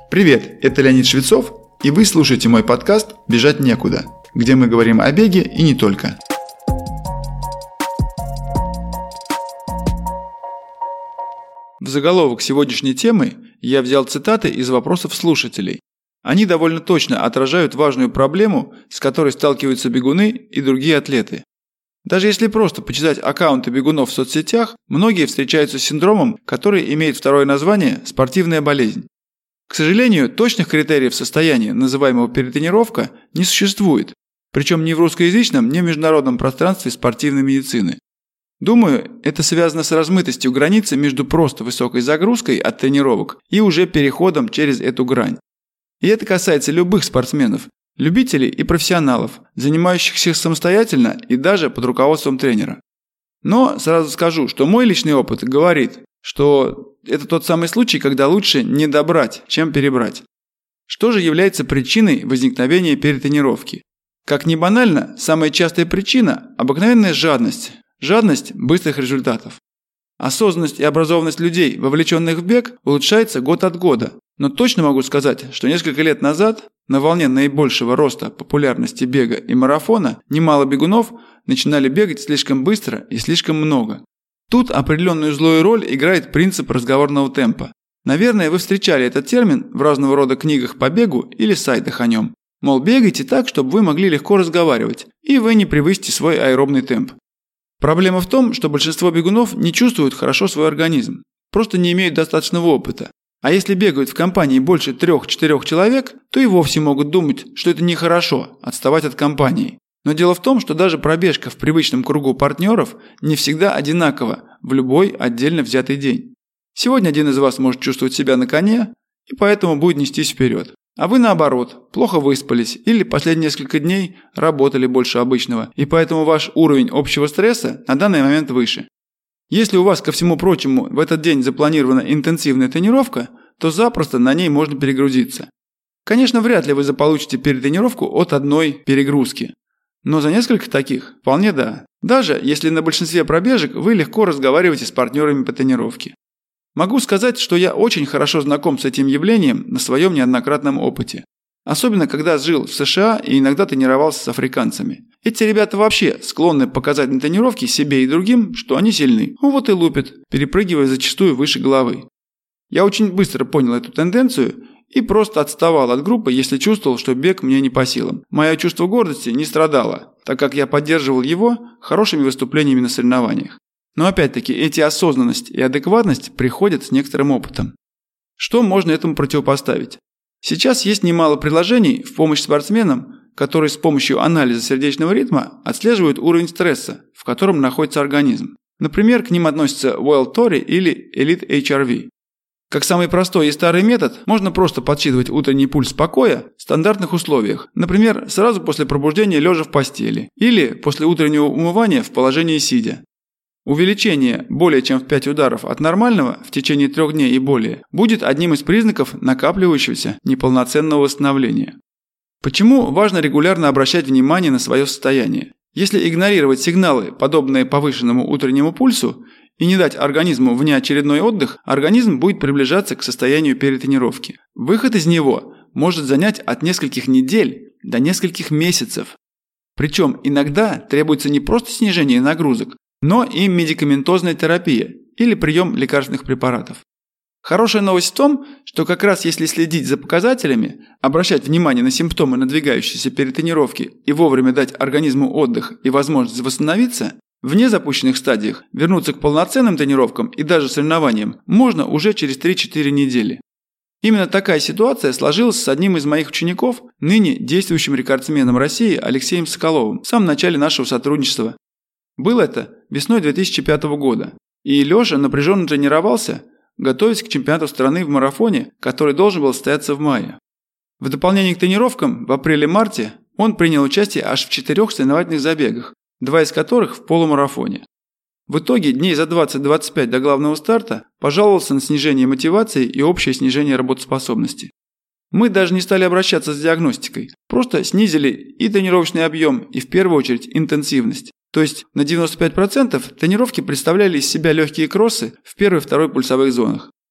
Привет, это Леонид Швецов, и вы слушаете мой подкаст «Бежать некуда», где мы говорим о беге и не только. В заголовок сегодняшней темы я взял цитаты из вопросов слушателей. Они довольно точно отражают важную проблему, с которой сталкиваются бегуны и другие атлеты. Даже если просто почитать аккаунты бегунов в соцсетях, многие встречаются с синдромом, который имеет второе название – спортивная болезнь. К сожалению, точных критериев состояния, называемого перетренировка, не существует, причем ни в русскоязычном, ни в международном пространстве спортивной медицины. Думаю, это связано с размытостью границы между просто высокой загрузкой от тренировок и уже переходом через эту грань. И это касается любых спортсменов, любителей и профессионалов, занимающихся самостоятельно и даже под руководством тренера. Но сразу скажу, что мой личный опыт говорит, что это тот самый случай, когда лучше не добрать, чем перебрать. Что же является причиной возникновения перетренировки? Как ни банально, самая частая причина – обыкновенная жадность. Жадность быстрых результатов. Осознанность и образованность людей, вовлеченных в бег, улучшается год от года. Но точно могу сказать, что несколько лет назад, на волне наибольшего роста популярности бега и марафона, немало бегунов начинали бегать слишком быстро и слишком много. Тут определенную злую роль играет принцип разговорного темпа. Наверное, вы встречали этот термин в разного рода книгах по бегу или сайтах о нем. Мол, бегайте так, чтобы вы могли легко разговаривать, и вы не превысите свой аэробный темп. Проблема в том, что большинство бегунов не чувствуют хорошо свой организм, просто не имеют достаточного опыта. А если бегают в компании больше 3-4 человек, то и вовсе могут думать, что это нехорошо – отставать от компании. Но дело в том, что даже пробежка в привычном кругу партнеров не всегда одинакова в любой отдельно взятый день. Сегодня один из вас может чувствовать себя на коне и поэтому будет нестись вперед. А вы наоборот, плохо выспались или последние несколько дней работали больше обычного, и поэтому ваш уровень общего стресса на данный момент выше. Если у вас, ко всему прочему, в этот день запланирована интенсивная тренировка, то запросто на ней можно перегрузиться. Конечно, вряд ли вы заполучите перетренировку от одной перегрузки. Но за несколько таких вполне да. Даже если на большинстве пробежек вы легко разговариваете с партнерами по тренировке. Могу сказать, что я очень хорошо знаком с этим явлением на своем неоднократном опыте. Особенно, когда жил в США и иногда тренировался с африканцами. Эти ребята вообще склонны показать на тренировке себе и другим, что они сильны. Ну вот и лупят, перепрыгивая зачастую выше головы. Я очень быстро понял эту тенденцию и просто отставал от группы, если чувствовал, что бег мне не по силам. Мое чувство гордости не страдало, так как я поддерживал его хорошими выступлениями на соревнованиях. Но опять-таки эти осознанность и адекватность приходят с некоторым опытом. Что можно этому противопоставить? Сейчас есть немало приложений в помощь спортсменам, которые с помощью анализа сердечного ритма отслеживают уровень стресса, в котором находится организм. Например, к ним относятся Welltory или Elite HRV. Как самый простой и старый метод, можно просто подсчитывать утренний пульс покоя в стандартных условиях, например, сразу после пробуждения лежа в постели или после утреннего умывания в положении сидя. Увеличение более чем в 5 ударов от нормального в течение 3 дней и более будет одним из признаков накапливающегося неполноценного восстановления. Почему важно регулярно обращать внимание на свое состояние? Если игнорировать сигналы, подобные повышенному утреннему пульсу, и не дать организму внеочередной отдых, организм будет приближаться к состоянию перетренировки. Выход из него может занять от нескольких недель до нескольких месяцев. Причем иногда требуется не просто снижение нагрузок, но и медикаментозная терапия или прием лекарственных препаратов. Хорошая новость в том, что как раз если следить за показателями, обращать внимание на симптомы надвигающейся перетренировки и вовремя дать организму отдых и возможность восстановиться, в незапущенных стадиях вернуться к полноценным тренировкам и даже соревнованиям можно уже через 3-4 недели. Именно такая ситуация сложилась с одним из моих учеников, ныне действующим рекордсменом России Алексеем Соколовым в самом начале нашего сотрудничества. Было это весной 2005 года, и Леша напряженно тренировался, готовясь к чемпионату страны в марафоне, который должен был состояться в мае. В дополнение к тренировкам в апреле-марте он принял участие аж в 4 соревновательных забегах, 2 из которых в полумарафоне. В итоге дней за 20-25 до главного старта пожаловался на снижение мотивации и общее снижение работоспособности. Мы даже не стали обращаться с диагностикой, просто снизили и тренировочный объем, и в первую очередь интенсивность. То есть на 95% тренировки представляли из себя легкие кроссы в первой и второй пульсовых зонах.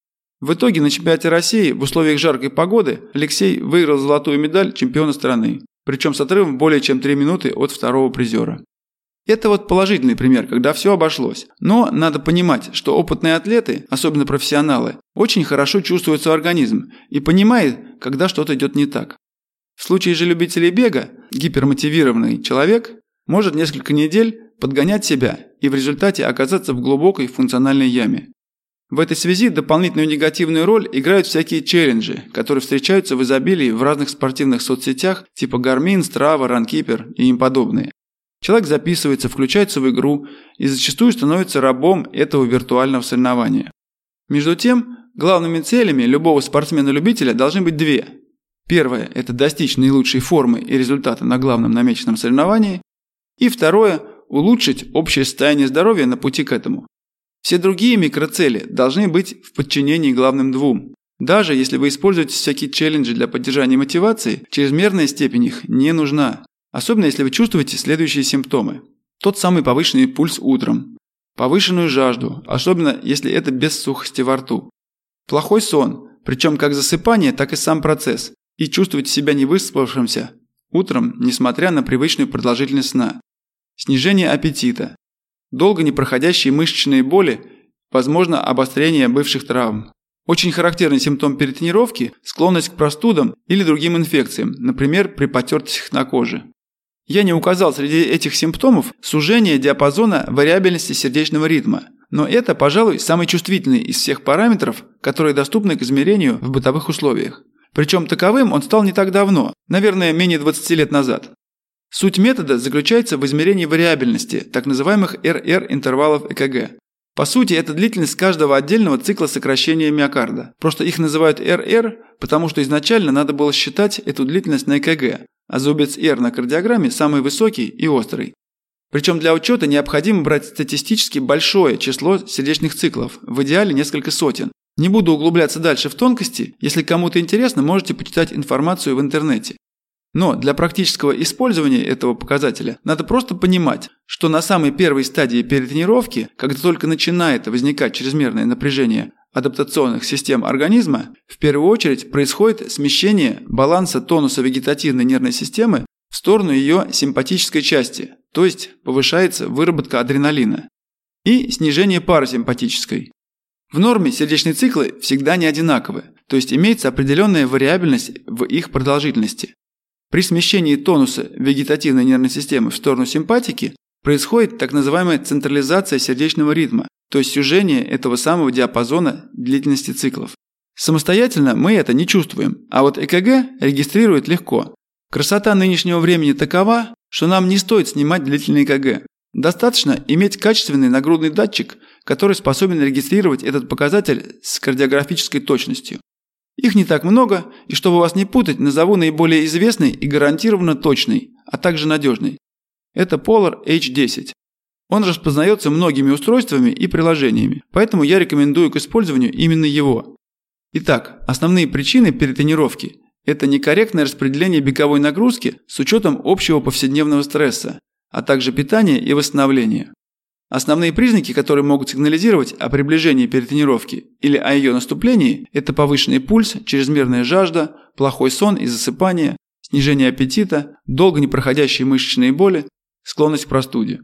В итоге на чемпионате России в условиях жаркой погоды Алексей выиграл золотую медаль чемпиона страны, причем с отрывом более чем 3 минуты от второго призера. Это вот положительный пример, когда все обошлось. Но надо понимать, что опытные атлеты, особенно профессионалы, очень хорошо чувствуют свой организм и понимают, когда что-то идет не так. В случае же любителей бега, гипермотивированный человек может несколько недель подгонять себя и в результате оказаться в глубокой функциональной яме. В этой связи дополнительную негативную роль играют всякие челленджи, которые встречаются в изобилии в разных спортивных соцсетях типа Garmin, Strava, Runkeeper и им подобные. Человек записывается, включается в игру и зачастую становится рабом этого виртуального соревнования. Между тем, главными целями любого спортсмена-любителя должны быть две. Первое – это достичь наилучшей формы и результата на главном намеченном соревновании. И второе – улучшить общее состояние здоровья на пути к этому. Все другие микроцели должны быть в подчинении главным двум. Даже если вы используете всякие челленджи для поддержания мотивации, чрезмерная степень их не нужна. Особенно если вы чувствуете следующие симптомы. Тот самый повышенный пульс утром, повышенную жажду, особенно если это без сухости во рту. Плохой сон, причем как засыпание, так и сам процесс. И чувствуете себя невыспавшимся утром, несмотря на привычную продолжительность сна. Снижение аппетита. Долго непроходящие мышечные боли, возможно обострение бывших травм. Очень характерный симптом перед тренировки – склонность к простудам или другим инфекциям, например, при потертостях на коже. Я не указал среди этих симптомов сужение диапазона вариабельности сердечного ритма, но это, пожалуй, самый чувствительный из всех параметров, которые доступны к измерению в бытовых условиях. Причем таковым он стал не так давно, наверное, менее 20 лет назад. Суть метода заключается в измерении вариабельности, так называемых РР интервалов ЭКГ. По сути, это длительность каждого отдельного цикла сокращения миокарда. Просто их называют РР, потому что изначально надо было считать эту длительность на ЭКГ, а зубец R на кардиограмме самый высокий и острый. Причем для учета необходимо брать статистически большое число сердечных циклов, в идеале несколько сотен. Не буду углубляться дальше в тонкости, если кому-то интересно, можете почитать информацию в интернете. Но для практического использования этого показателя надо просто понимать, что на самой первой стадии перетренировки, когда только начинает возникать чрезмерное напряжение адаптационных систем организма, в первую очередь происходит смещение баланса тонуса вегетативной нервной системы в сторону ее симпатической части, то есть повышается выработка адреналина, и снижение парасимпатической. В норме сердечные циклы всегда не одинаковы, то есть имеется определенная вариабельность в их продолжительности. При смещении тонуса вегетативной нервной системы в сторону симпатики происходит так называемая централизация сердечного ритма, то есть сужение этого самого диапазона длительности циклов. Самостоятельно мы это не чувствуем, а вот ЭКГ регистрирует легко. Красота нынешнего времени такова, что нам не стоит снимать длительный ЭКГ. Достаточно иметь качественный нагрудный датчик, который способен регистрировать этот показатель с кардиографической точностью. Их не так много, и чтобы вас не путать, назову наиболее известный и гарантированно точный, а также надежный. Это Polar H10. Он распознается многими устройствами и приложениями, поэтому я рекомендую к использованию именно его. Итак, основные причины перетренировки – это некорректное распределение беговой нагрузки с учетом общего повседневного стресса, а также питания и восстановления. Основные признаки, которые могут сигнализировать о приближении перетренировки или о ее наступлении – это повышенный пульс, чрезмерная жажда, плохой сон и засыпание, снижение аппетита, долго непроходящие мышечные боли, склонность к простуде.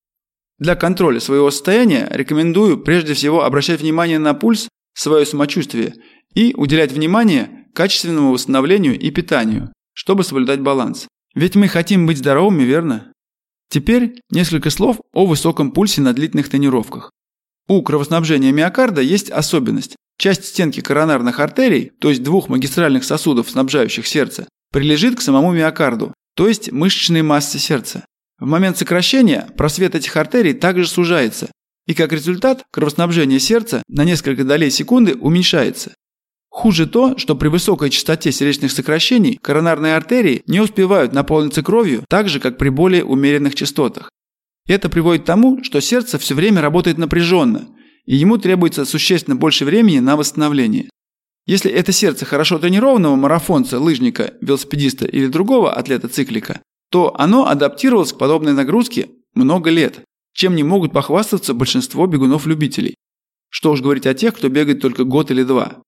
Для контроля своего состояния рекомендую прежде всего обращать внимание на пульс, свое самочувствие и уделять внимание качественному восстановлению и питанию, чтобы соблюдать баланс. Ведь мы хотим быть здоровыми, верно? Теперь несколько слов о высоком пульсе на длительных тренировках. У кровоснабжения миокарда есть особенность. Часть стенки коронарных артерий, то есть двух магистральных сосудов, снабжающих сердце, прилежит к самому миокарду, то есть мышечной массе сердца. В момент сокращения просвет этих артерий также сужается, и как результат кровоснабжение сердца на несколько долей секунды уменьшается. Хуже то, что при высокой частоте сердечных сокращений коронарные артерии не успевают наполниться кровью так же, как при более умеренных частотах. Это приводит к тому, что сердце все время работает напряженно, и ему требуется существенно больше времени на восстановление. Если это сердце хорошо тренированного марафонца, лыжника, велосипедиста или другого атлета-циклика, то оно адаптировалось к подобной нагрузке много лет, чем не могут похвастаться большинство бегунов-любителей. Что уж говорить о тех, кто бегает только год или два.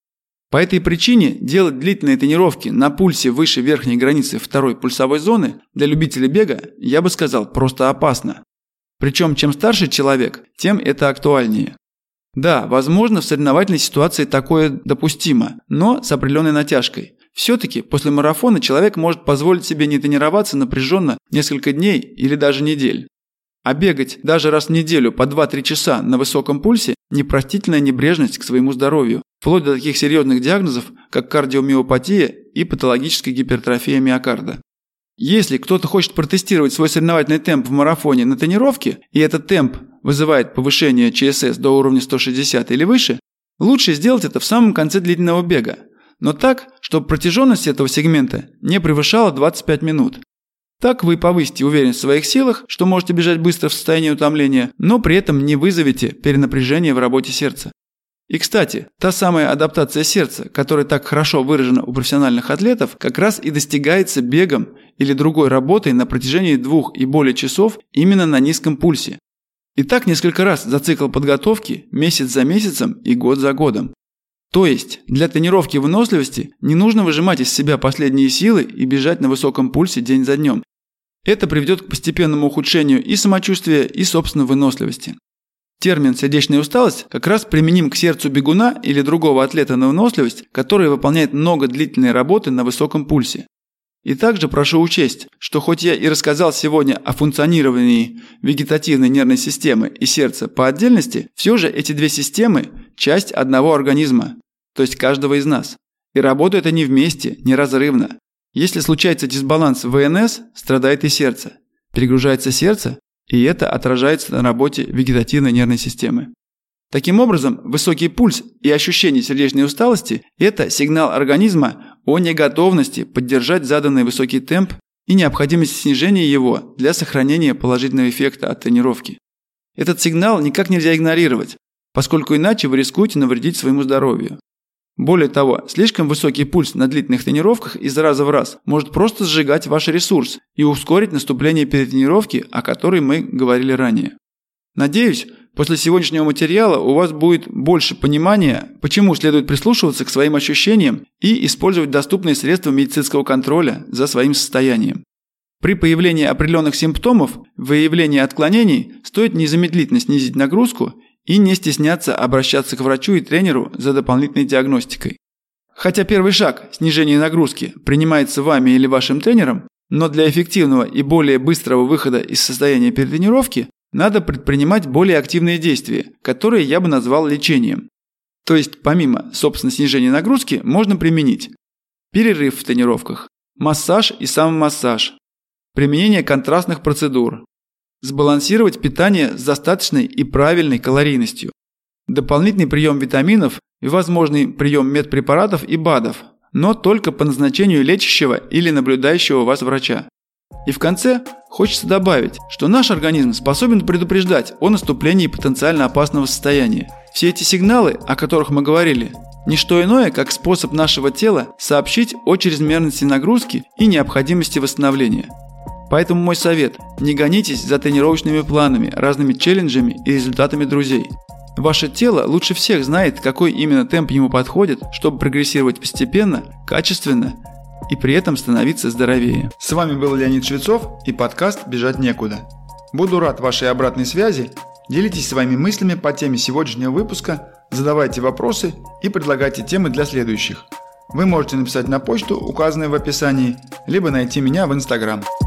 По этой причине делать длительные тренировки на пульсе выше верхней границы второй пульсовой зоны для любителей бега, я бы сказал, просто опасно. Причем чем старше человек, тем это актуальнее. Да, возможно, в соревновательной ситуации такое допустимо, но с определенной натяжкой. Все-таки после марафона человек может позволить себе не тренироваться напряженно несколько дней или даже недель. А бегать даже раз в неделю по 2-3 часа на высоком пульсе – непростительная небрежность к своему здоровью, вплоть до таких серьезных диагнозов, как кардиомиопатия и патологическая гипертрофия миокарда. Если кто-то хочет протестировать свой соревновательный темп в марафоне на тренировке, и этот темп вызывает повышение ЧСС до уровня 160 или выше, лучше сделать это в самом конце длительного бега, но так, чтобы протяженность этого сегмента не превышала 25 минут. Так вы повысите уверенность в своих силах, что можете бежать быстро в состоянии утомления, но при этом не вызовете перенапряжение в работе сердца. И, кстати, та самая адаптация сердца, которая так хорошо выражена у профессиональных атлетов, как раз и достигается бегом или другой работой на протяжении 2 и более часов именно на низком пульсе. И так несколько раз за цикл подготовки, месяц за месяцем и год за годом. То есть, для тренировки выносливости не нужно выжимать из себя последние силы и бежать на высоком пульсе день за днем. Это приведет к постепенному ухудшению и самочувствия, и собственной выносливости. Термин «сердечная усталость» как раз применим к сердцу бегуна или другого атлета на выносливость, который выполняет много длительной работы на высоком пульсе. И также прошу учесть, что хоть я и рассказал сегодня о функционировании вегетативной нервной системы и сердца по отдельности, все же эти две системы – часть одного организма, то есть каждого из нас. И работают они вместе, неразрывно. Если случается дисбаланс в ВНС, страдает и сердце. Перегружается сердце, и это отражается на работе вегетативной нервной системы. Таким образом, высокий пульс и ощущение сердечной усталости – это сигнал организма о неготовности поддержать заданный высокий темп и необходимости снижения его для сохранения положительного эффекта от тренировки. Этот сигнал никак нельзя игнорировать, поскольку иначе вы рискуете навредить своему здоровью. Более того, слишком высокий пульс на длительных тренировках из раза в раз может просто сжигать ваш ресурс и ускорить наступление перетренировки, о которой мы говорили ранее. Надеюсь, после сегодняшнего материала у вас будет больше понимания, почему следует прислушиваться к своим ощущениям и использовать доступные средства медицинского контроля за своим состоянием. При появлении определенных симптомов, выявлении отклонений стоит незамедлительно снизить нагрузку и не стесняться обращаться к врачу и тренеру за дополнительной диагностикой. Хотя первый шаг снижения нагрузки принимается вами или вашим тренером, но для эффективного и более быстрого выхода из состояния перетренировки надо предпринимать более активные действия, которые я бы назвал лечением. То есть помимо, собственно, снижения нагрузки можно применить перерыв в тренировках, массаж и самомассаж, применение контрастных процедур, сбалансировать питание с достаточной и правильной калорийностью, дополнительный прием витаминов и возможный прием медпрепаратов и БАДов, но только по назначению лечащего или наблюдающего вас врача. И в конце хочется добавить, что наш организм способен предупреждать о наступлении потенциально опасного состояния. Все эти сигналы, о которых мы говорили, не что иное, как способ нашего тела сообщить о чрезмерности нагрузки и необходимости восстановления. Поэтому мой совет – не гонитесь за тренировочными планами, разными челленджами и результатами друзей. Ваше тело лучше всех знает, какой именно темп ему подходит, чтобы прогрессировать постепенно, качественно и при этом становиться здоровее. С вами был Леонид Швецов и подкаст «Бежать некуда». Буду рад вашей обратной связи, делитесь своими мыслями по теме сегодняшнего выпуска, задавайте вопросы и предлагайте темы для следующих. Вы можете написать на почту, указанную в описании, либо найти меня в Instagram.